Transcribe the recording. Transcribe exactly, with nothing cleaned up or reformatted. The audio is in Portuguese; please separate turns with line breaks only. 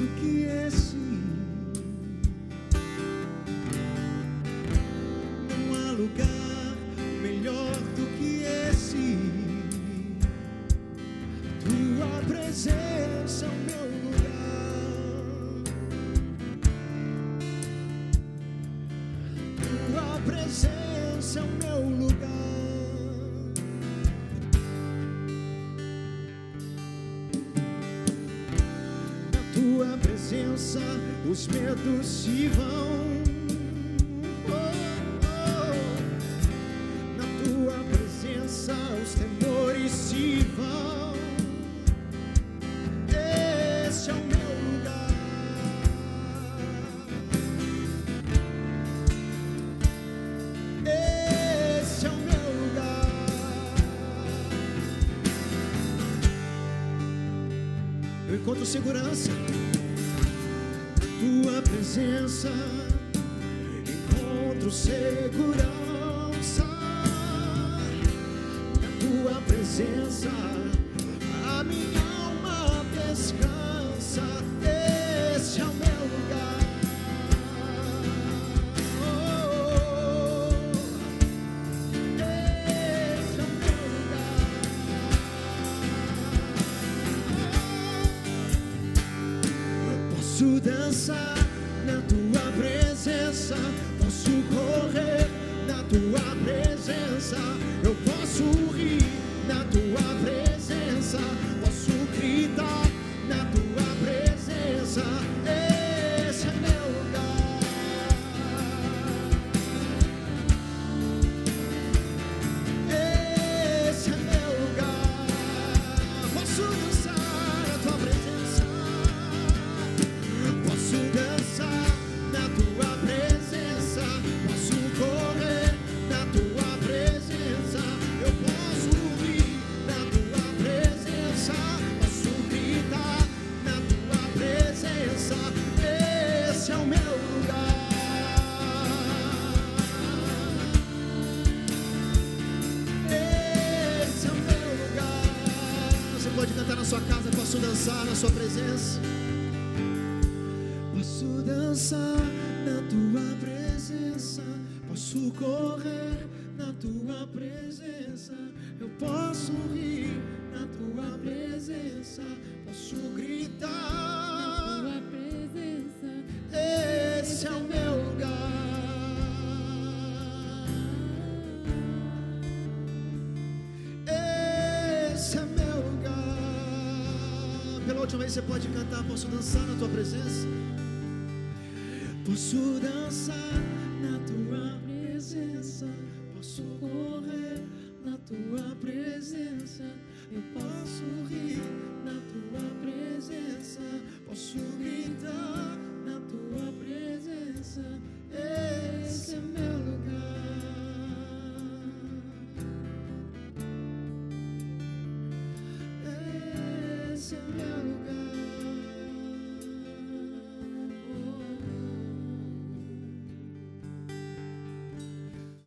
do que esse. Não há lugar melhor do que esse. Tua presença é o meu lugar. Tua presença é o meu lugar. Tua presença, os medos se vão. Oh, oh. Na tua presença, os temores se vão. Esse é o meu lugar. Esse é o meu lugar. Eu encontro segurança. Tua presença, encontro segurança. Na tua presença, a minha alma descansa. Esse é o meu lugar. Oh, esse é o meu lugar. Posso dançar na tua presença, posso correr na tua presença, eu posso rir na tua presença, posso gritar na tua presença. Esse é meu lugar. Esse é meu lugar. Posso dançar na tua presença. Posso dançar na tua presença, posso correr na tua presença, eu posso rir na tua presença, posso gritar na tua presença. Esse é o meu lugar. Esse é o meu lugar. Você pode cantar na sua casa, posso dançar na sua presença. Posso dançar na tua presença, posso correr na tua presença, eu posso rir na tua presença, posso gritar na tua presença. Esse é o meu lugar. Esse é meu lugar. Pela última vez você pode cantar, posso dançar na tua presença. Posso dançar na tua presença, posso correr na tua presença, eu posso rir